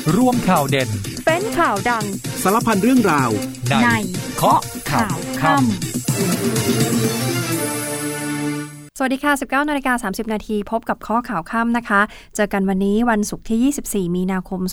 ร่วมข่าวเด่นเป็นข่าวดังสารพันเรื่องราวในเคาะข่าวค่ำสวัสดีค่ะ 19:30 น.พบกับข้อข่าวค่ำนะคะเจอกันวันนี้วันศุกร์ที่ 24 มีนาคม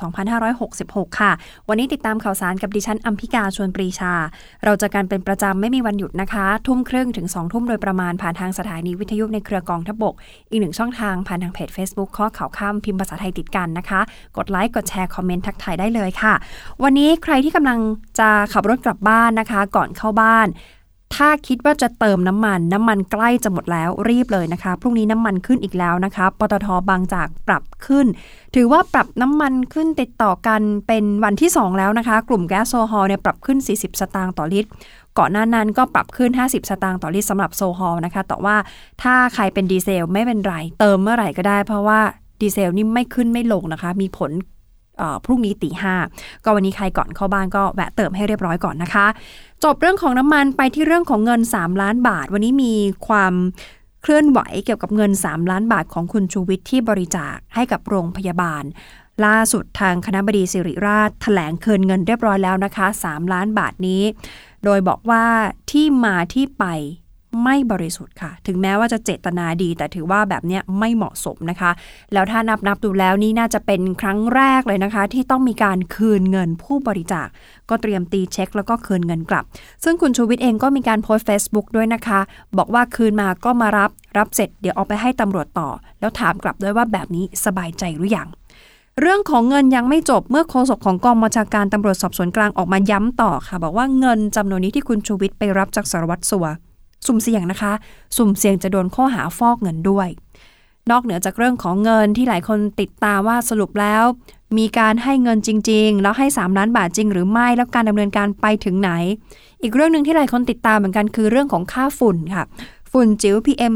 2566 ค่ะวันนี้ติดตามข่าวสารกับดิฉันอัมพิกาชวนปรีชาเราเจอกันเป็นประจำไม่มีวันหยุดนะคะทุ่มครึ่งถึง 2 ทุ่มโดยประมาณผ่านทางสถานีวิทยุในเครือกองทัพบกอีกหนึ่งช่องทางผ่านทางเพจ Facebook ข้อข่าวค่ำพิมพ์ภาษาไทยติดกันนะคะกดไลค์กดแชร์คอมเมนต์ทักทายได้เลยค่ะวันนี้ใครที่กำลังจะขับรถกลับบ้านนะคะก่อนเข้าบ้านถ้าคิดว่าจะเติมน้ำมันใกล้จะหมดแล้วรีบเลยนะคะพรุ่งนี้น้ำมันขึ้นอีกแล้วนะคะปตท.บางจากปรับขึ้นถือว่าปรับน้ำมันขึ้นติดต่อกันเป็นวันที่2แล้วนะคะกลุ่มแก๊สโซฮอลเนี่ยปรับขึ้น40 สตางค์ต่อลิตรก่อนหน้านั้นก็ปรับขึ้น50 สตางค์ต่อลิตรสำหรับโซฮอลนะคะแต่ว่าถ้าใครเป็นดีเซลไม่เป็นไรเติมเมื่อไหร่ก็ได้เพราะว่าดีเซลนี่ไม่ขึ้นไม่ลงนะคะมีผลพรุ่งนี้ตี 5ก็วันนี้ใครก่อนเข้าบ้านก็แวะเติมให้เรียบร้อยก่อนนะคะจบเรื่องของน้ำมันไปที่เรื่องของเงิน3 ล้านบาทวันนี้มีความเคลื่อนไหวเกี่ยวกับเงิน3 ล้านบาทของคุณชูวิทย์ที่บริจาคให้กับโรงพยาบาลล่าสุดทางคณบดีศิริราชแถลงคืนเงินเรียบร้อยแล้วนะคะ3 ล้านบาทนี้โดยบอกว่าที่มาที่ไปไม่บริสุทธิ์ค่ะถึงแม้ว่าจะเจตนาดีแต่ถือว่าแบบนี้ไม่เหมาะสมนะคะแล้วถ้านับดูแล้วนี่น่าจะเป็นครั้งแรกเลยนะคะที่ต้องมีการคืนเงินผู้บริจาคก็เตรียมตีเช็คแล้วก็คืนเงินกลับซึ่งคุณชูวิทย์เองก็มีการโพสต์ Facebook ด้วยนะคะบอกว่าคืนมาก็มารับเสร็จเดี๋ยวเอาไปให้ตำรวจต่อแล้วถามกลับด้วยว่าแบบนี้สบายใจหรือยังเรื่องของเงินยังไม่จบเมื่อโฆษกของกองบัญชาการตำรวจสอบสวนกลางออกมาย้ำต่อค่ะบอกว่าเงินจำนวนนี้ที่คุณชูวิทย์ไปรับจากสารวัตรสัวสุ่มเสี่ยงนะคะสุ่มเสี่ยงจะโดนข้อหาฟอกเงินด้วยนอกเหนือจากเรื่องของเงินที่หลายคนติดตามว่าสรุปแล้วมีการให้เงินจริงๆแล้วให้3 ล้านบาทจริงหรือไม่แล้วการดำเนินการไปถึงไหนอีกเรื่องนึงที่หลายคนติดตามเหมือนกันคือเรื่องของค่าฝุ่นค่ะฝุ่นจิ๋ว PM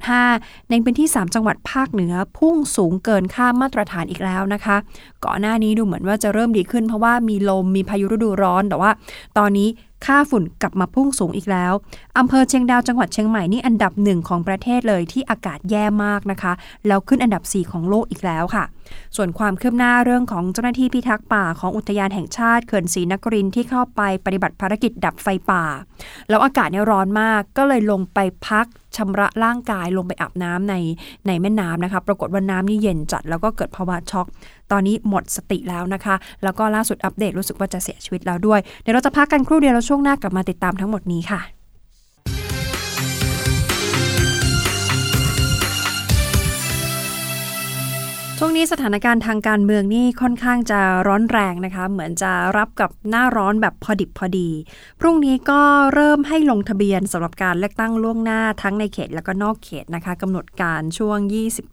2.5 ในพื้นที่3จังหวัดภาคเหนือพุ่งสูงเกินค่ามาตรฐานอีกแล้วนะคะก่อนหน้านี้ดูเหมือนว่าจะเริ่มดีขึ้นเพราะว่ามีลมมีพายุฤดูร้อนแต่ว่าตอนนี้ค่าฝุ่นกลับมาพุ่งสูงอีกแล้วอำเภอเชียงดาวจังหวัดเชียงใหม่นี่อันดับ1ของประเทศเลยที่อากาศแย่มากนะคะแล้วขึ้นอันดับ4ของโลกอีกแล้วค่ะส่วนความคืบหน้าเรื่องของเจ้าหน้าที่พิทักษ์ป่าของอุทยานแห่งชาติเขื่อนศรีนครินทร์ที่เข้าไปปฏิบัติภารกิจดับไฟป่าแล้วอากาศเนี่ยร้อนมากก็เลยลงไปพักชำระร่างกายลงไปอาบน้ำในแม่น้ำนะคะปรากฏว่าน้ำนี่เย็นจัดแล้วก็เกิดภาวะช็อกตอนนี้หมดสติแล้วนะคะแล้วก็ล่าสุดอัปเดตรู้สึกว่าจะเสียชีวิตแล้วด้วยเดี๋ยวเราจะพักกันครู่เดียวแล้วช่วงหน้ากลับมาติดตามทั้งหมดนี้ค่ะช่วงนี้สถานการณ์ทางการเมืองนี่ค่อนข้างจะร้อนแรงนะคะเหมือนจะรับกับหน้าร้อนแบบพอดิบพอดีพรุ่งนี้ก็เริ่มให้ลงทะเบียนสำหรับการเลือกตั้งล่วงหน้าทั้งในเขตแล้วก็นอกเขตนะคะกำหนดการช่วง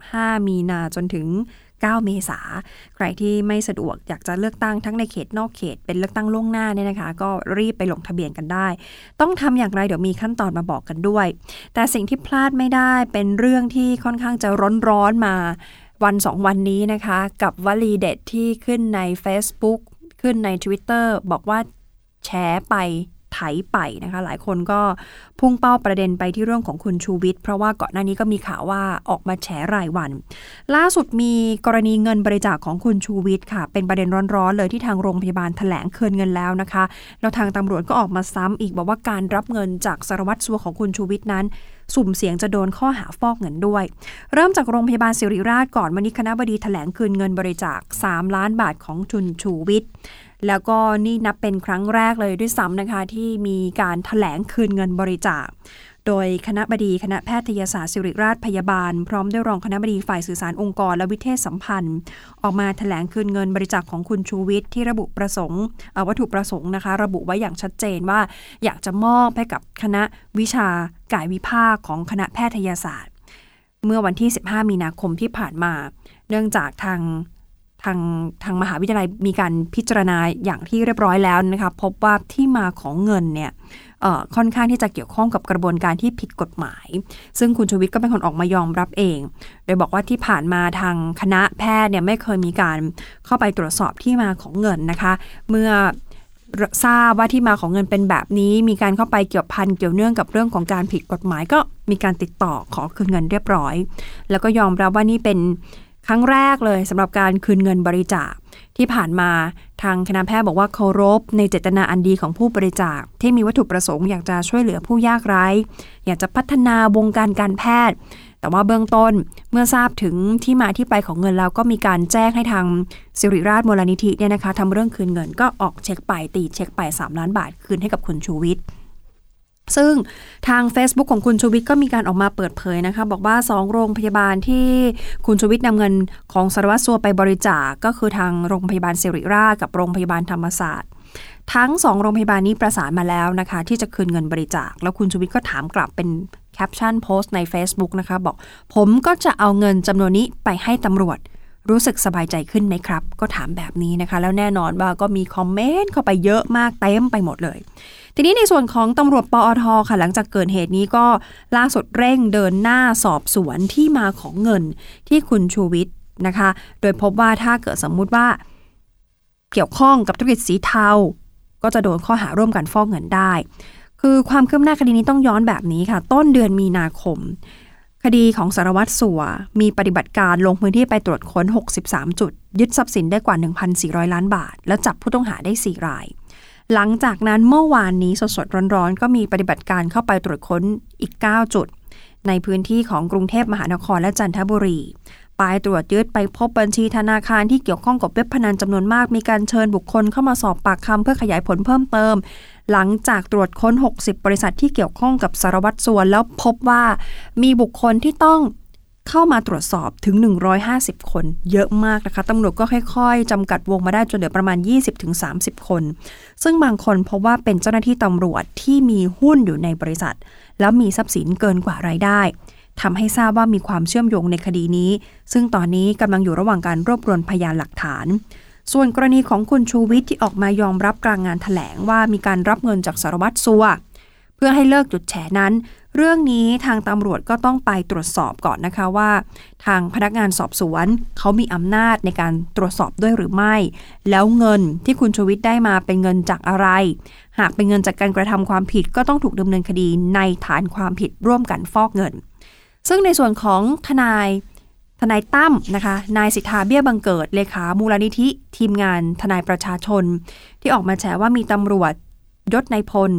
25 มีนาจนถึง9 เมษาใครที่ไม่สะดวกอยากจะเลือกตั้งทั้งในเขตนอกเขตเป็นเลือกตั้งล่วงหน้าเนี่ยนะคะก็รีบไปลงทะเบียนกันได้ต้องทำอย่างไรเดี๋ยวมีขั้นตอนมาบอกกันด้วยแต่สิ่งที่พลาดไม่ได้เป็นเรื่องที่ค่อนข้างจะร้อนมาวัน2 วันนี้นะคะกับวลีเด็ดที่ขึ้นใน Facebook ขึ้นใน Twitter บอกว่าแชร์ไปไถไปนะคะหลายคนก็พุ่งเป้าประเด็นไปที่เรื่องของคุณชูวิทย์เพราะว่าก่อนหน้านี้ก็มีข่าวว่าออกมาแฉรายวันล่าสุดมีกรณีเงินบริจาคของคุณชูวิทย์ค่ะเป็นประเด็นร้อนๆเลยที่ทางโรงพยาบาลแถลงคืนเงินแล้วนะคะแล้วทางตำรวจก็ออกมาซ้ำอีกบอกว่าการรับเงินจากสารวัตรสัวของคุณชูวิทย์นั้นสุ่มเสี่ยงจะโดนข้อหาฟอกเงินด้วยเริ่มจากโรงพยาบาลศิริราชก่อนวันนี้คณบดีแถลงคืนเงินบริจาค3 ล้านบาทของคุณชูวิทย์แล้วก็นี่นับเป็นครั้งแรกเลยด้วยซ้ำนะคะที่มีการแถลงคืนเงินบริจาคโดยคณบดีคณะแพทยศาสตร์ศิริราชพยาบาลพร้อมด้วยรองคณบดีฝ่ายสื่อสารองค์กรและวิเทศสัมพันธ์ออกมาแถลงคืนเงินบริจาคของคุณชูวิทย์ที่ระบุประสงค์วัตถุประสงค์นะคะระบุไว้อย่างชัดเจนว่าอยากจะมอบให้กับคณะวิชากายวิภาคของคณะแพทยศาสตร์เมื่อวันที่15 มีนาคมที่ผ่านมาเนื่องจากทางมหาวิทยาลัยมีการพิจารณาอย่างที่เรียบร้อยแล้วนะคะพบว่าที่มาของเงินเนี่ยค่อนข้างที่จะเกี่ยวข้องกับกระบวนการที่ผิดกฎหมายซึ่งคุณชูวิทย์ก็เป็นคนออกมายอมรับเองโดยบอกว่าที่ผ่านมาทางคณะแพทย์เนี่ยไม่เคยมีการเข้าไปตรวจสอบที่มาของเงินนะคะเมื่อทราบว่าที่มาของเงินเป็นแบบนี้มีการเข้าไปเกี่ยวพันเกี่ยวเนื่องกับเรื่องของการผิดกฎหมายก็มีการติดต่อขอคืนเงินเรียบร้อยแล้วก็ยอมรับว่านี่เป็นครั้งแรกเลยสำหรับการคืนเงินบริจาคที่ผ่านมาทางคณะแพทย์บอกว่าเคารพในเจตนาอันดีของผู้บริจาคที่มีวัตถุประสงค์อยากจะช่วยเหลือผู้ยากไร้อยากจะพัฒนาวงการการแพทย์แต่ว่าเบื้องต้นเมื่อทราบถึงที่มาที่ไปของเงินแล้วก็มีการแจ้งให้ทางศิริราชมูลนิธิเนี่ยนะคะทำเรื่องคืนเงินก็ออกเช็คไปตีเช็คไป3 ล้านบาทคืนให้กับคุณชูวิทย์ซึ่งทาง Facebook ของคุณชูวิทย์ก็มีการออกมาเปิดเผยนะคะบอกว่า2โรงพยาบาลที่คุณชูวิทย์นำเงินของสารวัตรสัวไปบริจาคก็คือทางโรงพยาบาลศิริราชกับโรงพยาบาลธรรมศาสตร์ทั้ง2โรงพยาบาลนี้ประสานมาแล้วนะคะที่จะคืนเงินบริจาคแล้วคุณชูวิทย์ก็ถามกลับเป็นแคปชั่นโพสต์ใน Facebook นะคะบอกผมก็จะเอาเงินจำนวนนี้ไปให้ตำรวจรู้สึกสบายใจขึ้นไหมครับก็ถามแบบนี้นะคะแล้วแน่นอนว่าก็มีคอมเมนต์เข้าไปเยอะมากเต็มไปหมดเลยทีนี้ในส่วนของตำรวจปอท.ค่ะหลังจากเกิดเหตุนี้ก็ล่าสุดเร่งเดินหน้าสอบสวนที่มาของเงินที่คุณชูวิทย์นะคะโดยพบว่าถ้าเกิดสมมุติว่าเกี่ยวข้องกับธุรกิจสีเทาก็จะโดนข้อหาร่วมกันฟอกเงินได้คือความคืบหน้าคดีนี้ต้องย้อนแบบนี้ค่ะต้นเดือนมีนาคมคดีของสารวัตรสัวมีปฏิบัติการลงพื้นที่ไปตรวจค้น63จุดยึดทรัพย์สินได้กว่า 1,400 ล้านบาทแล้วจับผู้ต้องหาได้4 รายหลังจากนั้นเมื่อวานนี้สดๆร้อนๆก็มีปฏิบัติการเข้าไปตรวจค้นอีก9จุดในพื้นที่ของกรุงเทพมหานครและจันทบุรีไปตรวจยึดไปพบบัญชีธนาคารที่เกี่ยวข้องกับเว็บพนันจำนวนมากมีการเชิญบุคคลเข้ามาสอบปากคำเพื่อขยายผลเพิ่มเติมหลังจากตรวจค้น60บริษัทที่เกี่ยวข้องกับสารวัตรสัวแล้วพบว่ามีบุคคลที่ต้องเข้ามาตรวจสอบถึง150คนเยอะมากนะคะตำรวจก็ค่อยๆจำกัดวงมาได้จนเหลือประมาณ 20-30 คนซึ่งบางคนพบว่าเป็นเจ้าหน้าที่ตำรวจที่มีหุ้นอยู่ในบริษัทแล้วมีทรัพย์สินเกินกว่ารายได้ทำให้ทราบว่ามีความเชื่อมโยงในคดีนี้ซึ่งตอนนี้กำลังอยู่ระหว่างการรวบรวมพยานหลักฐานส่วนกรณีของคุณชูวิทย์ที่ออกมายอมรับกลางงานแถลงว่ามีการรับเงินจากสารวัตรสัวเพื่อให้เลิกจุดแฉนั้นเรื่องนี้ทางตำรวจก็ต้องไปตรวจสอบก่อนนะคะว่าทางพนักงานสอบสวนเขามีอำนาจในการตรวจสอบด้วยหรือไม่แล้วเงินที่คุณชูวิทย์ได้มาเป็นเงินจากอะไรหากเป็นเงินจากการกระทำความผิดก็ต้องถูกดำเนินคดีในฐานความผิดร่วมกันฟอกเงินซึ่งในส่วนของทนายตั้มนะคะนายสิทธาเบี้ยบังเกิดเลขามูลนิธิทีมงานทนายประชาชนที่ออกมาแฉว่ามีตำรวจยศนายพล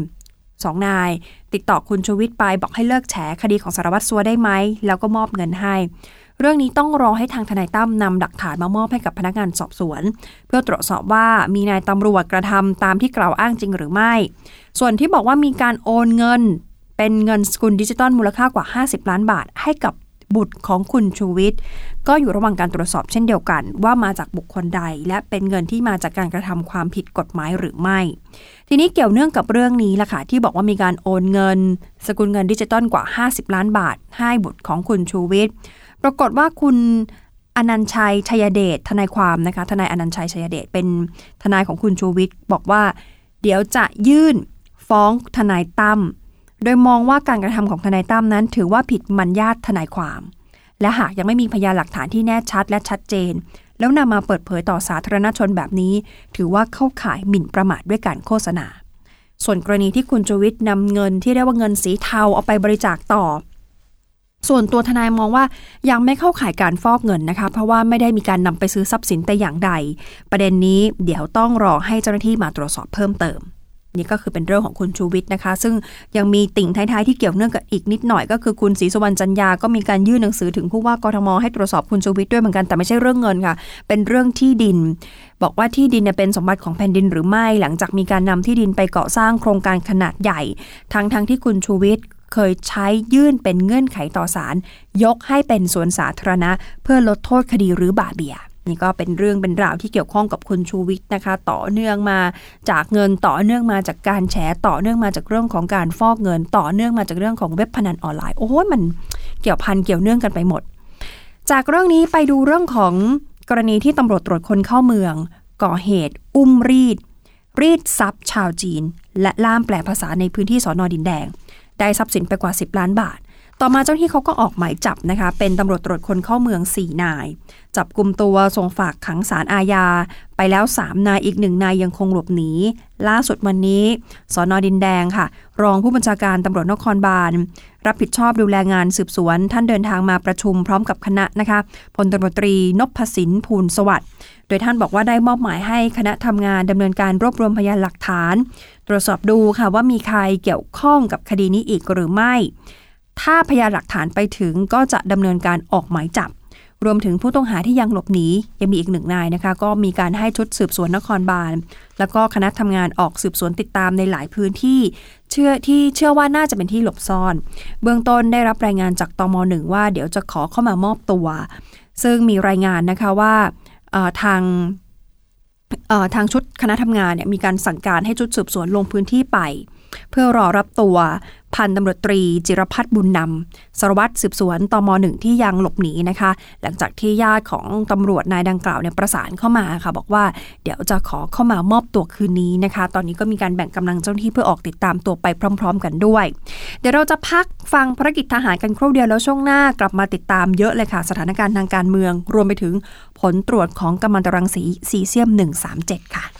2 นายติดต่อคุณชูวิทย์ไปบอกให้เลิกแฉคดีของสารวัตรสัวได้ไหมแล้วก็มอบเงินให้เรื่องนี้ต้องรอให้ทางทนายตั้มนำหลักฐานมามอบให้กับพนักงานสอบสวนเพื่อตรวจสอบว่ามีนายตำรวจกระทำตามที่กล่าวอ้างจริงหรือไม่ส่วนที่บอกว่ามีการโอนเงินเป็นเงินสกุลดิจิตอลมูลค่ากว่า50 ล้านบาทให้กับบุตรของคุณชูวิทย์ก็อยู่ระหว่างการตรวจสอบเช่นเดียวกันว่ามาจากบุคคลใดและเป็นเงินที่มาจากการกระทำความผิดกฎหมายหรือไม่ทีนี้เกี่ยวเนื่องกับเรื่องนี้ล่ะค่ะที่บอกว่ามีการโอนเงินสกุลเงินดิจิตอลกว่า50 ล้านบาทให้บุตรของคุณชูวิทย์ปรากฏว่าคุณอนันต์ชัยชัยเดชทนายความนะคะทนายอนันต์ชัยชัยเดชเป็นทนายของคุณชูวิทย์บอกว่าเดี๋ยวจะยื่นฟ้องทนายตั้มโดยมองว่าการกระทำของทนายตั้มนั้นถือว่าผิดมารยาททนายความและหากยังไม่มีพยานหลักฐานที่แน่ชัดและชัดเจนแล้วนำมาเปิดเผยต่อสาธารณชนแบบนี้ถือว่าเข้าข่ายหมิ่นประมาทด้วยการโฆษณาส่วนกรณีที่คุณชูวิทย์นำเงินที่เรียกว่าเงินสีเทาเอาไปบริจาคต่อส่วนตัวทนายมองว่ายังไม่เข้าข่ายการฟอกเงินนะคะเพราะว่าไม่ได้มีการนำไปซื้อทรัพย์สินแต่อย่างใดประเด็นนี้เดี๋ยวต้องรอให้เจ้าหน้าที่มาตรวจสอบเพิ่มเติมนี่ก็คือเป็นเรื่องของคุณชูวิทย์นะคะซึ่งยังมีติ่งท้ายๆที่เกี่ยวเนื่องกับอีกนิดหน่อยก็คือคุณศรีสุวรรณจันยาก็มีการยื่นหนังสือถึงผู้ว่ากทมให้ตรวจสอบคุณชูวิทย์ด้วยเหมือนกันแต่ไม่ใช่เรื่องเงินค่ะเป็นเรื่องที่ดินบอกว่าที่ดินเนี่ยเป็นสมบัติของแผ่นดินหรือไม่หลังจากมีการนำที่ดินไปก่อสร้างโครงการขนาดใหญ่ทั้งที่คุณชูวิทย์เคยใช้ยื่นเป็นเงื่อนไขต่อศาลยกให้เป็นสวนสาธารณะเพื่อลดโทษคดีรื้อบ่าเบี่ยนี่ก็เป็นเรื่องเป็นราวที่เกี่ยวข้องกับคุณชูวิทย์นะคะต่อเนื่องมาจากเงินต่อเนื่องมาจากการแฉต่อเนื่องมาจากเรื่องของการฟอกเงินต่อเนื่องมาจากเรื่องของเว็บพนันออนไลน์โอ้โหมันเกี่ยวพันเกี่ยวเนื่องกันไปหมดจากเรื่องนี้ไปดูเรื่องของกรณีที่ตำรวจตรวจคนเข้าเมืองก่อเหตุอุ้มรีดทรัพย์ชาวจีนและล่ามแปลภาษาในพื้นที่สน.ดินแดงได้ทรัพย์สินไปกว่า10 ล้านบาทต่อมาเจ้าหน้าที่เขาก็ออกหมายจับนะคะเป็นตำรวจตรวจคนเข้าเมือง4นายจับกุมตัวส่งฝากขังศาลอาญาไปแล้ว3นายอีก1นายยังคงหลบหนีล่าสุดวันนี้สน.ดินแดงค่ะรองผู้บัญชาการตำรวจนครบาลรับผิดชอบดูแลงานสืบสวนท่านเดินทางมาประชุมพร้อมกับคณะนะคะพลตำรวจตรีนพสินภูลสวัสดิ์โดยท่านบอกว่าได้มอบหมายให้คณะทำงานดำเนินการรวบรวมพยานหลักฐานตรวจสอบดูค่ะว่ามีใครเกี่ยวข้องกับคดีนี้อีกหรือไม่ถ้าพยานหลักฐานไปถึงก็จะดำเนินการออกหมายจับรวมถึงผู้ต้องหาที่ยังหลบหนียังมีอีก1นายนะคะก็มีการให้ชุดสืบสวนนครบาลแล้วก็คณะทำงานออกสืบสวนติดตามในหลายพื้นที่เชื่อว่าน่าจะเป็นที่หลบซ่อนเบื้องต้นได้รับรายงานจากตม.1ว่าเดี๋ยวจะขอเข้ามามอบตัวซึ่งมีรายงานนะคะว่าทางชุดคณะทำงานเนี่ยมีการสั่งการให้ชุดสืบสวนลงพื้นที่ไปเพื่อรอรับตัวพันตำรวจตรีจิรพัฒน์บุญนำสารวัตรสืบสวนตม.1ที่ยังหลบหนีนะคะหลังจากที่ญาติของตำรวจนายดังกล่าวเนี่ยประสานเข้ามาค่ะบอกว่าเดี๋ยวจะขอเข้ามามอบตัวคืนนี้นะคะตอนนี้ก็มีการแบ่งกำลังเจ้าหน้าที่เพื่อออกติดตามตัวไปพร้อมๆกันด้วยเดี๋ยวเราจะพักฟังภารกิจทหารกันครู่เดียวแล้วช่วงหน้ากลับมาติดตามเยอะเลยค่ะสถานการณ์ทางการเมืองรวมไปถึงผลตรวจของกัมมันตรังสีซีเซียม137ค่ะ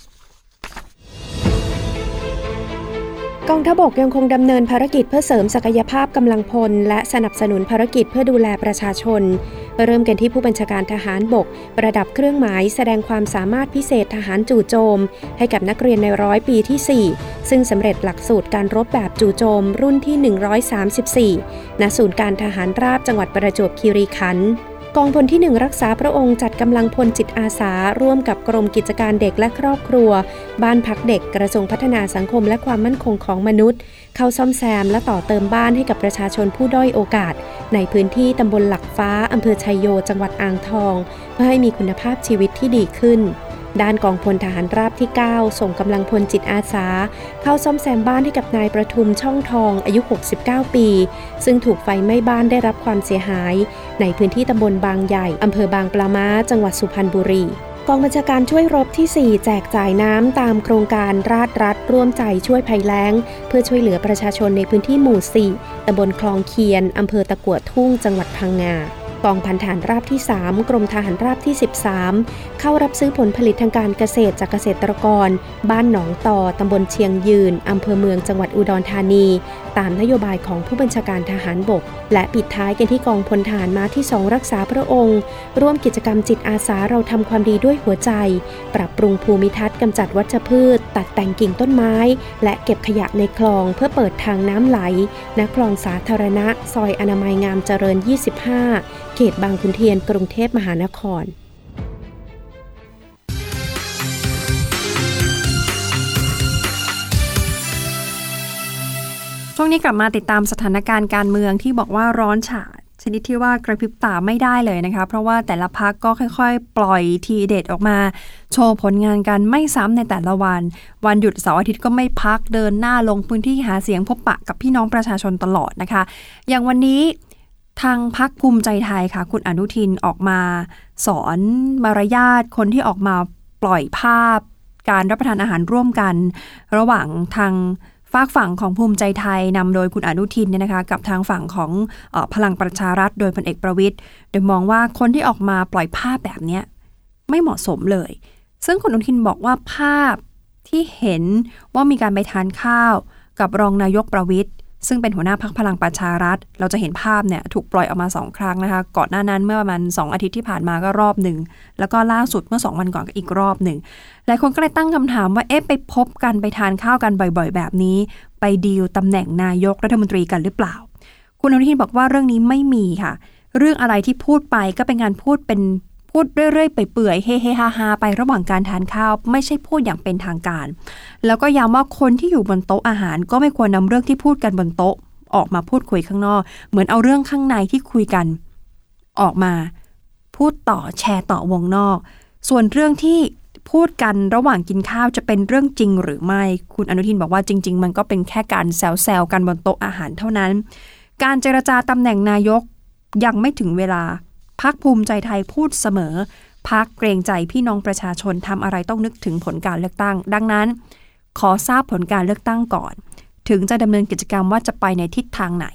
กองทัพบกยังคงดำเนินภารกิจเพื่อเสริมศักยภาพกำลังพลและสนับสนุนภารกิจเพื่อดูแลประชาชนเริ่มกันที่ผู้บัญชาการทหารบกประดับเครื่องหมายแสดงความสามารถพิเศษทหารจู่โจมให้กับนักเรียนใน100 ปีที่4ซึ่งสำเร็จหลักสูตรการรบแบบจู่โจมรุ่นที่134ณศูนย์การทหารราบจังหวัดประจวบคีรีขันธ์กองพลที่1รักษาพระองค์จัดกำลังพลจิตอาสาร่วมกับกรมกิจการเด็กและครอบครัวบ้านพักเด็กกระทรวงพัฒนาสังคมและความมั่นคงของมนุษย์เข้าซ่อมแซมและต่อเติมบ้านให้กับประชาชนผู้ด้อยโอกาสในพื้นที่ตำบลหลักฟ้าอำเภอชัยโยจังหวัดอ่างทองเพื่อให้มีคุณภาพชีวิตที่ดีขึ้นด้านกองพลทหารราบที่9ส่งกำลังพลจิตอาสาเข้าซ่อมแซมบ้านให้กับนายประทุมช่องทองอายุ69ปีซึ่งถูกไฟไหม้บ้านได้รับความเสียหายในพื้นที่ตำบลบางใหญ่อำเภอบางปลาม้าจังหวัดสุพรรณบุรีกองบัญชาการช่วยรบที่4แจกจ่ายน้ำตามโครงการราษฎร์รัฐร่วมใจช่วยภัยแล้งเพื่อช่วยเหลือประชาชนในพื้นที่หมู่4ตำบลคลองเคียนอำเภอตะกั่วทุ่งจังหวัดพังงากองพันทหารราบที่3กรมทหารราบที่13เข้ารับซื้อผลผลิตทางการเกษตรจากเกษตรกรบ้านหนองต่อตำบลเชียงยืนอำเภอเมืองจังหวัดอุดรธานีตามนโยบายของผู้บัญชาการทหารบกและปิดท้ายกันที่กองพลทหารม้าที่2รักษาพระองค์ร่วมกิจกรรมจิตอาสาเราทำความดีด้วยหัวใจปรับปรุงภูมิทัศน์กำจัดวัชพืชตัดแต่งกิ่งต้นไม้และเก็บขยะในคลองเพื่อเปิดทางน้ำไหลณคลองสาธารณะซอยอนามัยงามเจริญ25เขตบางขุนเทียนกรุงเทพมหานครช่วงนี้กลับมาติดตามสถานการณ์การเมืองที่บอกว่าร้อนฉาชนิดที่ว่ากระพริบตาไม่ได้เลยนะคะเพราะว่าแต่ละพรรคก็ค่อยๆปล่อยทีเด็ดออกมาโชว์ผลงานกันไม่ซ้ำในแต่ละวันหยุดเสาร์อาทิตย์ก็ไม่พักเดินหน้าลงพื้นที่หาเสียงพบปะกับพี่น้องประชาชนตลอดนะคะอย่างวันนี้ทางพรรคภูมิใจไทยค่ะคุณอนุทินออกมาสอนมารยาทคนที่ออกมาปล่อยภาพการรับประทานอาหารร่วมกันระหว่างทางฝากฝั่งของภูมิใจไทยนำโดยคุณอนุทินเนี่ยนะคะกับทางฝั่งของพลังประชารัฐโดยพลเอกประวิตรโดยมองว่าคนที่ออกมาปล่อยภาพแบบนี้ไม่เหมาะสมเลยซึ่งคุณอนุทินบอกว่าภาพที่เห็นว่ามีการไปทานข้าวกับรองนายกประวิตรซึ่งเป็นหัวหน้าพรรคพลังประชารัฐเราจะเห็นภาพเนี่ยถูกปล่อยออกมา2ครั้งนะคะก่อนหน้านั้นเมื่อประมาณ2อาทิตย์ที่ผ่านมาก็รอบหนึ่งแล้วก็ล่าสุดเมื่อ2วันก่อนก็อีกรอบหนึ่งหลายคนก็เลยตั้งคำถามว่าไปพบกันไปทานข้าวกันบ่อยๆแบบนี้ไปดีลตำแหน่งนายกรัฐมนตรีกันหรือเปล่าคุณอนุทินบอกว่าเรื่องนี้ไม่มีค่ะเรื่องอะไรที่พูดไปก็เป็นการพูดเรื่อยๆไปเปื่อยเฮ่ๆฮาๆไประหว่างการทานข้าวไม่ใช่พูดอย่างเป็นทางการแล้วก็ย้ำว่าคนที่อยู่บนโต๊ะอาหารก็ไม่ควรนำเรื่องที่พูดกันบนโต๊ะออกมาพูดคุยข้างนอกเหมือนเอาเรื่องข้างในที่คุยกันออกมาพูดต่อแชร์ต่อวงนอกส่วนเรื่องที่พูดกันระหว่างกินข้าวจะเป็นเรื่องจริงหรือไม่คุณอนุทินบอกว่าจริงๆมันก็เป็นแค่การแซวๆกันบนโต๊ะอาหารเท่านั้นการเจรจาตำแหน่งนายกยังไม่ถึงเวลาพรรคภูมิใจไทยพูดเสมอพรรคเกรงใจพี่น้องประชาชนทำอะไรต้องนึกถึงผลการเลือกตั้งดังนั้นขอทราบผลการเลือกตั้งก่อนถึงจะดำเนินกิจกรรมว่าจะไปในทิศทางไหน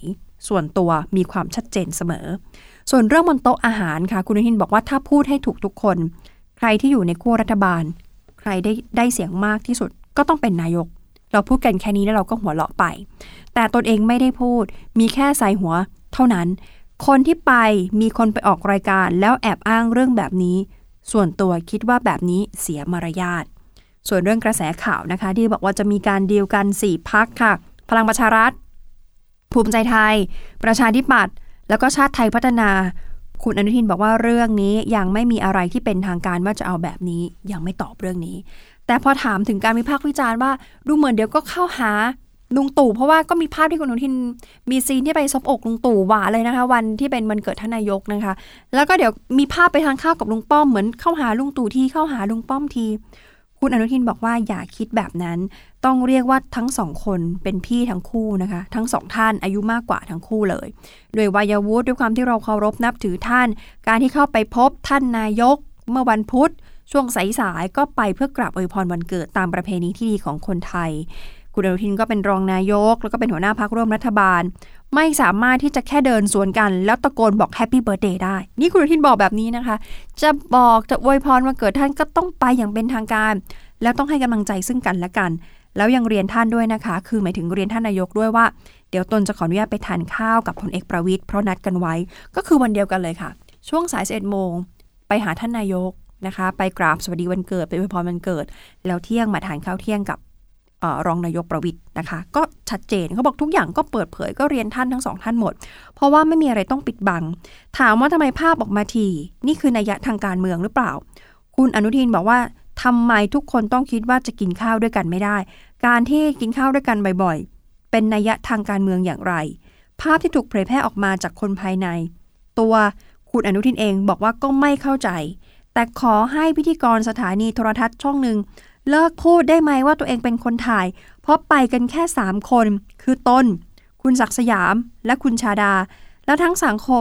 ส่วนตัวมีความชัดเจนเสมอส่วนเรื่องบนโต๊ะอาหารค่ะคุณอนุทินบอกว่าถ้าพูดให้ถูกทุกคนใครที่อยู่ในขั้วรัฐบาลใครได้เสียงมากที่สุดก็ต้องเป็นนายกเราพูดกันแค่นี้แล้วเราก็หัวเราะไปแต่ตนเองไม่ได้พูดมีแค่ใส่หัวเท่านั้นคนที่ไปมีคนไปออกรายการแล้วแอบอ้างเรื่องแบบนี้ส่วนตัวคิดว่าแบบนี้เสียมารยาทส่วนเรื่องกระแสข่าวนะคะที่บอกว่าจะมีการดีลกัน4พรรคค่ะพลังประชารัฐภูมิใจไทยประชาธิปัตย์แล้วก็ชาติไทยพัฒนาคุณอนุทินบอกว่าเรื่องนี้ยังไม่มีอะไรที่เป็นทางการว่าจะเอาแบบนี้ยังไม่ตอบเรื่องนี้แต่พอถามถึงการวิพากษ์วิจารณ์ว่าดูเหมือนเดี๋ยวก็เข้าหาลุงตู่เพราะว่าก็มีภาพที่คุณอนุทินมีซีนที่ไปซบอกลุงตู่หวานเลยนะคะวันที่เป็นวันเกิดท่านนายกนะคะแล้วก็เดี๋ยวมีภาพไปทานข้าวกับลุงป้อมเหมือนเข้าหาลุงตู่ทีเข้าหาลุงป้อมทีคุณอนุทินบอกว่าอย่าคิดแบบนั้นต้องเรียกว่าทั้งสองคนเป็นพี่ทั้งคู่นะคะทั้งสองท่านอายุมากกว่าทั้งคู่เลยโดยวัยวุฒิด้วยความที่เราเคารพนับถือท่านการที่เข้าไปพบท่านนายกเมื่อวันพุธช่วงสายๆก็ไปเพื่อกราบอวยพรวันเกิดตามประเพณีที่ดีของคนไทยคุณอนุทินก็เป็นรองนายกแล้วก็เป็นหัวหน้าพรรคร่วมรัฐบาลไม่สามารถที่จะแค่เดินสวนกันแล้วตะโกนบอกแฮปปี้เบิร์ธเดย์ได้นี่คุณอนุทินบอกแบบนี้นะคะจะบอกจะอวยพรวันเกิดท่านก็ต้องไปอย่างเป็นทางการแล้วต้องให้กำลังใจซึ่งกันและกันแล้วยังเรียนท่านด้วยนะคะคือหมายถึงเรียนท่านนายกด้วยว่าเดี๋ยวตนจะขออนุญาตไปทานข้าวกับพลเอกประวิตรเพราะนัดกันไว้ก็คือวันเดียวกันเลยค่ะช่วงสาย 11 โมงไปหาท่านนายกนะคะไปกราบสวัสดีวันเกิดไปอวยพรวันเกิดแล้วเที่ยงมาทานข้าวเที่ยงกับรองนายกประวิตรนะคะก็ชัดเจนเขาบอกทุกอย่างก็เปิดเผยก็เรียนท่านทั้งสองท่านหมดเพราะว่าไม่มีอะไรต้องปิดบังถามว่าทำไมภาพออกมาทีนี่คือนัยยะทางการเมืองหรือเปล่าคุณอนุทินบอกว่าทำไมทุกคนต้องคิดว่าจะกินข้าวด้วยกันไม่ได้การที่กินข้าวด้วยกันบ่อยๆเป็นนัยยะทางการเมืองอย่างไรภาพที่ถูกเผยแพร่ออกมาจากคนภายในตัวคุณอนุทินเองบอกว่าก็ไม่เข้าใจแต่ขอให้พิธีกรสถานีโทรทัศน์ช่องหนึ่งเลิกพูดได้ไหมว่าตัวเองเป็นคนถ่ายเพราะไปกันแค่3คนคือต้นคุณศักดิ์สยามและคุณชาดาแล้วทั้ง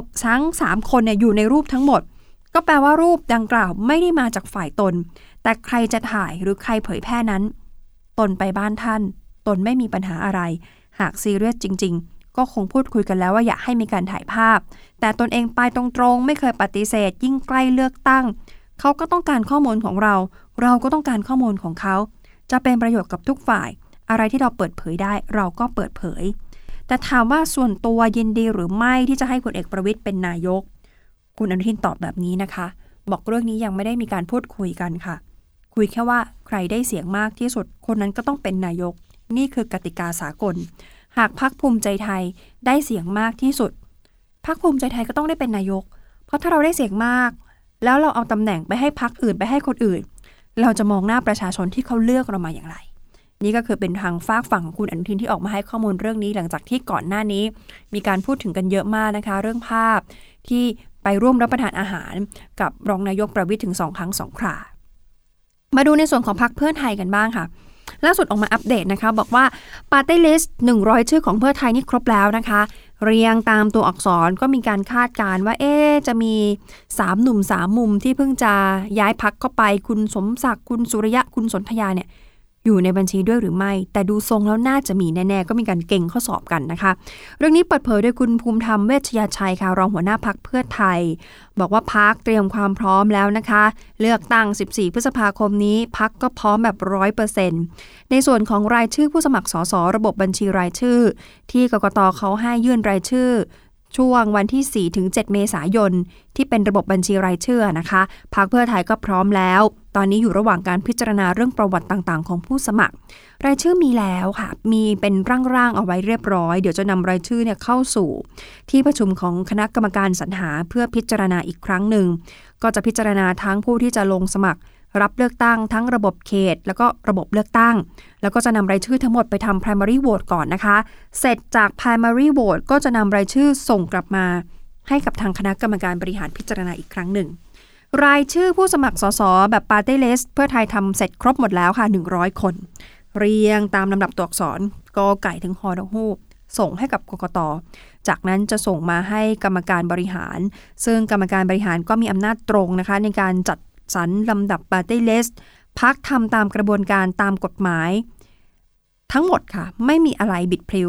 3คนเนี่ยอยู่ในรูปทั้งหมดก็แปลว่ารูปดังกล่าวไม่ได้มาจากฝ่ายตนแต่ใครจะถ่ายหรือใครเผยแพร่นั้นตนไปบ้านท่านตนไม่มีปัญหาอะไรหากซีเรียสจริงๆก็คงพูดคุยกันแล้วว่าอยากให้มีการถ่ายภาพแต่ตนเองไปตรงๆไม่เคยปฏิเสธยิ่งใกล้เลือกตั้งเขาก็ต้องการข้อมูลของเราเราก็ต้องการข้อมูลของเขาจะเป็นประโยชน์กับทุกฝ่ายอะไรที่เราเปิดเผยได้เราก็เปิดเผยแต่ถามว่าส่วนตัวยินดีหรือไม่ที่จะให้พลเอกประวิตรเป็นนายกคุณอนุทินตอบแบบนี้นะคะบอกเรื่องนี้ยังไม่ได้มีการพูดคุยกันค่ะคุยแค่ว่าใครได้เสียงมากที่สุดคนนั้นก็ต้องเป็นนายกนี่คือกติกาสากลหากพรรคภูมิใจไทยได้เสียงมากที่สุดพรรคภูมิใจไทยก็ต้องได้เป็นนายกเพราะถ้าเราได้เสียงมากแล้วเราเอาตำแหน่งไปให้พรรคอื่นไปให้คนอื่นเราจะมองหน้าประชาชนที่เขาเลือกเรามาอย่างไรนี่ก็คือเป็นทางฝากฝั่งของคุณอนุทินที่ออกมาให้ข้อมูลเรื่องนี้หลังจากที่ก่อนหน้านี้มีการพูดถึงกันเยอะมากนะคะเรื่องภาพที่ไปร่วมรับประทานอาหารกับรองนายกประวิตรถึง2 ครั้ง 2 ครามาดูในส่วนของพรรคเพื่อไทยกันบ้างค่ะล่าสุดออกมาอัปเดตนะคะบอกว่าปาร์ตี้ลิสต์100ชื่อของเพื่อไทยนี่ครบแล้วนะคะเรียงตามตัวอักษรก็มีการคาดการณ์ว่าจะมี3หนุ่ม3มุมที่เพิ่งจะย้ายพรรคเข้าไปคุณสมศักดิ์คุณสุริยะคุณสนธยาเนี่ยอยู่ในบัญชีด้วยหรือไม่แต่ดูทรงแล้วน่าจะมีแน่ๆก็มีการเก่งข้อสอบกันนะคะเรื่องนี้เปิดเผยโดยคุณภูมิธรรมเวชยชัยค่ะรองหัวหน้าพรรคเพื่อไทยบอกว่าพรรคเตรียมความพร้อมแล้วนะคะเลือกตั้ง14พฤษภาคมนี้พรรคก็พร้อมแบบ 100% ในส่วนของรายชื่อผู้สมัครสสระบบบัญชีรายชื่อที่กกต.เขาให้ยื่นรายชื่อช่วงวันที่4ถึง7เมษายนที่เป็นระบบบัญชีรายชื่อนะคะพรรคเพื่อไทยก็พร้อมแล้วตอนนี้อยู่ระหว่างการพิจารณาเรื่องประวัติต่างๆของผู้สมัครรายชื่อมีแล้วค่ะมีเป็นร่างๆเอาไว้เรียบร้อยเดี๋ยวจะนำรายชื่อเนี่ยเข้าสู่ที่ประชุมของคณะกรรมการสรรหาเพื่อพิจารณาอีกครั้งหนึ่งก็จะพิจารณาทั้งผู้ที่จะลงสมัครรับเลือกตั้งทั้งระบบเขตแล้วก็ระบบเลือกตั้งแล้วก็จะนำรายชื่อทั้งหมดไปทำ primary vote ก่อนนะคะเสร็จจาก primary vote ก็จะนำรายชื่อส่งกลับมาให้กับทางคณะกรรมการบริหารพิจารณาอีกครั้งหนึ่งรายชื่อผู้สมัครสสแบบ party list เพื่อไทยทำเสร็จครบหมดแล้วค่ะ100คนเรียงตามลำดับตัวอักษรกอไก่ถึงฮอดฮูกส่งให้กับกกต.จากนั้นจะส่งมาให้กรรมการบริหารซึ่งกรรมการบริหารก็มีอำนาจตรงนะคะในการจัดสรรลำดับ party list พรรคทำตามกระบวนการตามกฎหมายทั้งหมดค่ะไม่มีอะไรบิดพลิ้ว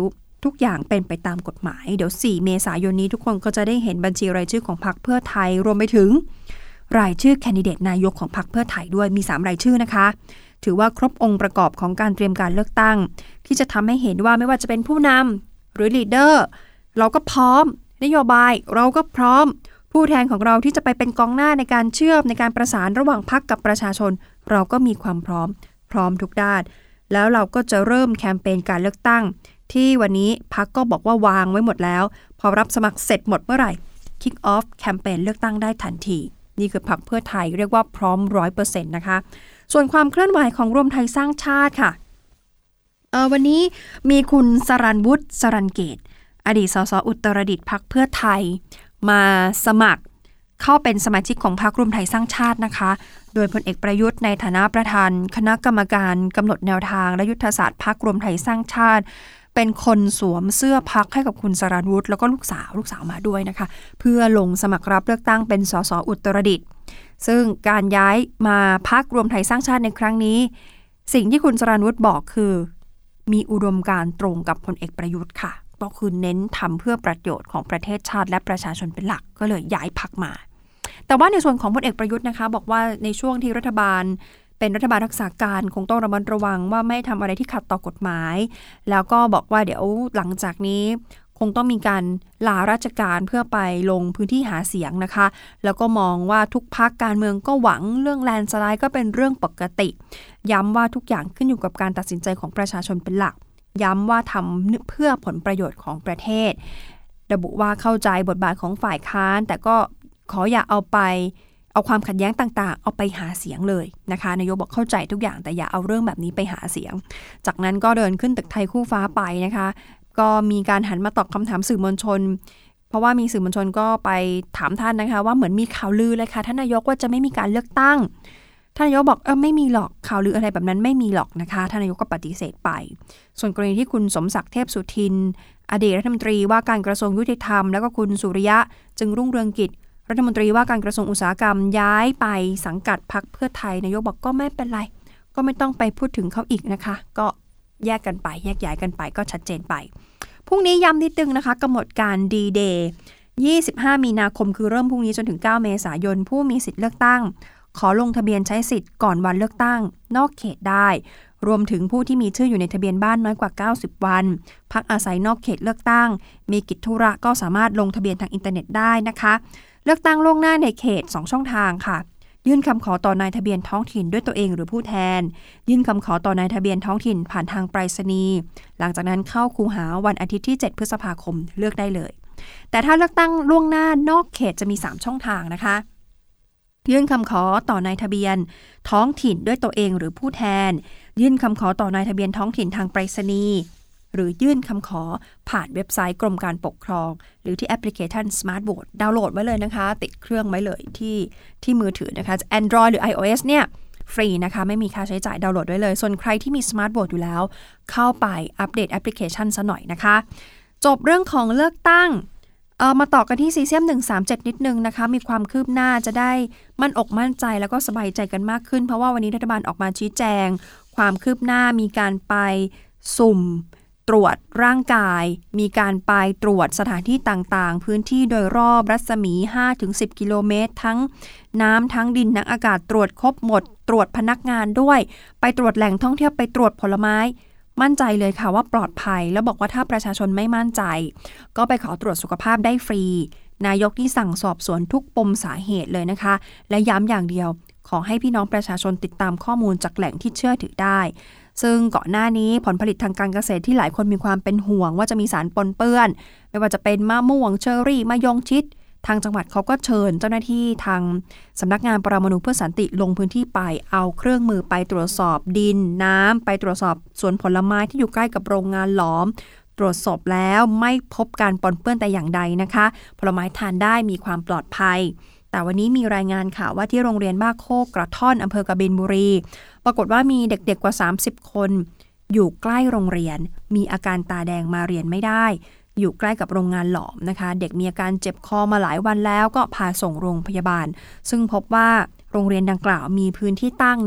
ทุกอย่างเป็นไปตามกฎหมายเดี๋ยว4 เมษายนนี้ทุกคนก็จะได้เห็นบัญชีรายชื่อของพรรคเพื่อไทยรวมไปถึงรายชื่อแคนดิเดตนายกของพรรคเพื่อไทยด้วยมี3 รายชื่อนะคะถือว่าครบองค์ประกอบของการเตรียมการเลือกตั้งที่จะทำให้เห็นว่าไม่ว่าจะเป็นผู้นำหรือลีดเดอร์เราก็พร้อมนโยบายเราก็พร้อมผู้แทนของเราที่จะไปเป็นกองหน้าในการเชื่อมในการประสานระหว่างพรรคกับประชาชนเราก็มีความพร้อมทุกด้านแล้วเราก็จะเริ่มแคมเปญการเลือกตั้งที่วันนี้พรรคก็บอกว่าวางไว้หมดแล้วพอรับสมัครเสร็จหมดเมื่อไหร่ kick off แคมเปญเลือกตั้งได้ทันทีนี่คือพรรคเพื่อไทยเรียกว่าพร้อม 100% นะคะส่วนความเคลื่อนไหวของรวมไทยสร้างชาติค่ะวันนี้มีคุณสรัญวุฒิสรัญเกตอดีตสสอุตรดิตถ์พรรคเพื่อไทยมาสมัครเข้าเป็นสมาชิกของพรรครวมไทยสร้างชาตินะคะโดยพลเอกประยุทธ์ในฐานะประธานคณะกรรมการกำหนดแนวทางและยุทธศาสตร์พรรครวมไทยสร้างชาติเป็นคนสวมเสื้อพรรคให้กับคุณสรัญวุฒิแล้วก็ลูกสาวมาด้วยนะคะเพื่อลงสมัครรับเลือกตั้งเป็นสสอุตรดิตถ์ซึ่งการย้ายมาพรรครวมไทยสร้างชาติในครั้งนี้สิ่งที่คุณสรัญวุฒิบอกคือมีอุดมการณ์ตรงกับพลเอกประยุทธ์ค่ะก็คือเน้นทำเพื่อประโยชน์ของประเทศชาติและประชาชนเป็นหลักก็เลยย้ายพรรคมาแต่ว่าในส่วนของพลเอกประยุทธ์นะคะบอกว่าในช่วงที่รัฐบาลเป็นรัฐบาลรักษาการคงต้องระมัดระวังว่าไม่ทำอะไรที่ขัดต่อกฎหมายแล้วก็บอกว่าเดี๋ยวหลังจากนี้คงต้องมีการลาราชการเพื่อไปลงพื้นที่หาเสียงนะคะแล้วก็มองว่าทุกพรรคการเมืองก็หวังเรื่องแลนด์สไลด์ก็เป็นเรื่องปกติย้ำว่าทุกอย่างขึ้นอยู่กับการตัดสินใจของประชาชนเป็นหลักย้ำว่าทำเพื่อผลประโยชน์ของประเทศระบุว่าเข้าใจบทบาทของฝ่ายค้านแต่ก็ขออย่าเอาความขัดแย้งต่างๆเอาไปหาเสียงเลยนะคะนายกบอกเข้าใจทุกอย่างแต่อย่าเอาเรื่องแบบนี้ไปหาเสียงจากนั้นก็เดินขึ้นตึกไทยคู่ฟ้าไปนะคะก็มีการหันมาตอบคำถามสื่อมวลชนเพราะว่ามีสื่อมวลชนก็ไปถามท่านนะคะว่าเหมือนมีข่าวลือเลยค่ะท่านนายกว่าจะไม่มีการเลือกตั้งท่านนายกบอกไม่มีหรอกข่าวลืออะไรแบบนั้นไม่มีหรอกนะคะท่านนายกก็ปฏิเสธไปส่วนกรณีที่คุณสมศักดิ์เทพสุทินอดีตรัฐมนตรีว่าการกระทรวงยุติธรรมแล้วก็คุณสุริยะจึงรุ่งเรืองกิจรัฐมนตรีว่าการกระทรวงอุตสาหกรรมย้ายไปสังกัดพรรคเพื่อไทยนายกบอกก็ไม่เป็นไรก็ไม่ต้องไปพูดถึงเขาอีกนะคะก็แยกกันไปแยกย้ายกันไปก็ชัดเจนไปพรุ่งนี้ย้ำนิดนึงนะคะกำหนดการ D-Day 25 มีนาคมคือเริ่มพรุ่งนี้จนถึง 9 เมษายนผู้มีสิทธิ์เลือกตั้งขอลงทะเบียนใช้สิทธิ์ก่อนวันเลือกตั้งนอกเขตได้รวมถึงผู้ที่มีชื่ออยู่ในทะเบียนบ้านน้อยกว่า90วันพักอาศัยนอกเขตเลือกตั้งมีกิจธุระก็สามารถลงทะเบียนทางอินเทอร์เน็ตได้นะคะเลือกตั้งล่วงหน้าในเขต2ช่องทางค่ะยื่นคำขอต่อนายทะเบียนท้องถิ่นด้วยตัวเองหรือผู้แทนยื่นคำขอต่อนายทะเบียนท้องถิ่นผ่านทางไปรษณีย์หลังจากนั้นเข้าคูหาวันอาทิตย์ที่7พฤษภาคมเลือกได้เลยแต่ถ้าเลือกตั้งล่วงหน้านอกเขตจะมี3ช่องทางนะคะยื่นคำขอต่อนายทะเบียนท้องถิ่นด้วยตัวเองหรือผู้แทนยื่นคำขอต่อนายทะเบียนท้องถิ่นทางไปรษณีย์หรือยื่นคำขอผ่านเว็บไซต์กรมการปกครองหรือที่แอปพลิเคชัน Smart Vote ดาวน์โหลดไว้เลยนะคะติดเครื่องไว้เลยที่มือถือนะคะ Android หรือ iOS เนี่ยฟรีนะคะไม่มีค่าใช้จ่ายดาวน์โหลดไว้เลยส่วนใครที่มี Smart Vote อยู่แล้วเข้าไปอัปเดตแอปพลิเคชันซะหน่อยนะคะจบเรื่องของเลือกตั้งมาต่อกันที่ซีเซียม137นิดนึงนะคะมีความคืบหน้าจะได้มั่นอกมั่นใจแล้วก็สบายใจกันมากขึ้นเพราะว่าวันนี้รัฐบาลออกมาชี้แจงความคืบหน้ามีการไปสุ่มตรวจร่างกายมีการไปตรวจสถานที่ต่างๆพื้นที่โดยรอบรัศมี 5-10 กิโลเมตรทั้งน้ำทั้งดินทั้งอากาศตรวจครบหมดตรวจพนักงานด้วยไปตรวจแหล่งท่องเที่ยวไปตรวจผลไม้มั่นใจเลยค่ะว่าปลอดภัยแล้วบอกว่าถ้าประชาชนไม่มั่นใจก็ไปขอตรวจสุขภาพได้ฟรีนายกที่สั่งสอบสวนทุกปมสาเหตุเลยนะคะและย้ำอย่างเดียวขอให้พี่น้องประชาชนติดตามข้อมูลจากแหล่งที่เชื่อถือได้ซึ่งก่อนหน้านี้ผลผลิตทางการเกษตรที่หลายคนมีความเป็นห่วงว่าจะมีสารปนเปื้อนไม่ว่าจะเป็นมะม่วงเชอร์รี่มะยงชิดทางจังหวัดเขาก็เชิญเจ้าหน้าที่ทางสำนักงานปรมาณูเพื่อสันติลงพื้นที่ไปเอาเครื่องมือไปตรวจสอบดินน้ำไปตรวจสอบสวนผลไม้ที่อยู่ใกล้กับโรงงานหลอมตรวจสอบแล้วไม่พบการปนเปื้อนแต่อย่างใดนะคะผลไม้ทานได้มีความปลอดภัยแต่วันนี้มีรายงานข่าวว่าที่โรงเรียนบ้านโคกกระท่อนอำเภอกบินบุรีปรากฏว่ามีเด็กๆกว่า30คนอยู่ใกล้โรงเรียนมีอาการตาแดงมาเรียนไม่ได้อยู่ใกล้กับโรงงานหลอมนะคะเด็กมีอาการเจ็บคอมาหลายวันแล้วก็พาส่งโรงพยาบาลซึ่งพบว่าโรงเรียนดังกล่าวมีพื้นที่ตั้งเนี่ย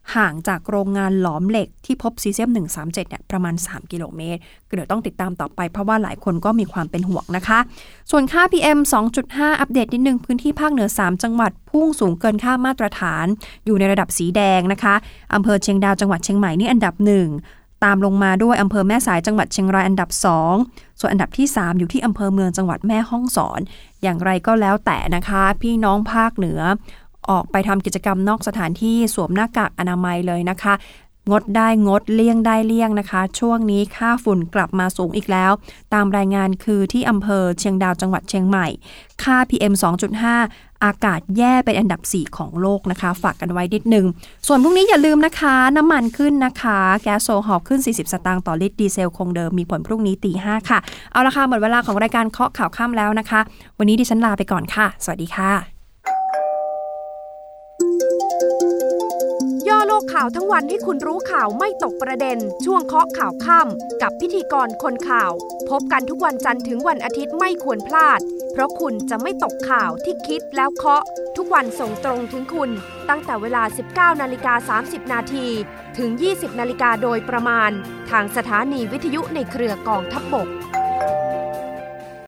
ห่างจากโรงงานหลอมเหล็กที่พบซีเซียม137เนี่ยประมาณ3 กิโลเมตรเดี๋ยวต้องติดตามต่อไปเพราะว่าหลายคนก็มีความเป็นห่วงนะคะส่วนค่า PM 2.5 อัปเดตนิดนึงพื้นที่ภาคเหนือ3จังหวัดพุ่งสูงเกินค่ามาตรฐานอยู่ในระดับสีแดงนะคะอำเภอเชียงดาวจังหวัดเชียงใหม่นี่อันดับ1ตามลงมาด้วยอำเภอแม่สายจังหวัดเชียงรายอันดับ2ส่วนอันดับที่3อยู่ที่อำเภอเมืองจังหวัดแม่ฮ่องสอนอย่างไรก็แล้วแต่นะคะพี่น้องภาคเหนือออกไปทำกิจกรรมนอกสถานที่สวมหน้ากากอนามัยเลยนะคะงดได้งดเลี่ยงได้เลี่ยงนะคะช่วงนี้ค่าฝุ่นกลับมาสูงอีกแล้วตามรายงานคือที่อำเภอเชียงดาวจังหวัดเชียงใหม่ค่า PM 2.5 อากาศแย่เป็นอันดับ4ของโลกนะคะฝากกันไว้นิดนึงส่วนพรุ่งนี้อย่าลืมนะคะน้ำมันขึ้นนะคะแก๊สโซฮอลขึ้น40 สตางค์ต่อลิตรดีเซลคงเดิมมีผลพรุ่งนี้ 5:00 ค่ะเอาละค่ะหมดเวลาของรายการเคาะข่าวค่ำแล้วนะคะวันนี้ดิฉันลาไปก่อนค่ะสวัสดีค่ะย่อโลกข่าวทั้งวันให้คุณรู้ข่าวไม่ตกประเด็นช่วงเคาะข่าวค่ำกับพิธีกรคนข่าวพบกันทุกวันจันทร์ถึงวันอาทิตย์ไม่ควรพลาดเพราะคุณจะไม่ตกข่าวที่คิดแล้วเคาะทุกวันส่งตรงถึงคุณตั้งแต่เวลา 19:30 นาทีถึง 20:00 นโดยประมาณทางสถานีวิทยุในเครือกองทัพบก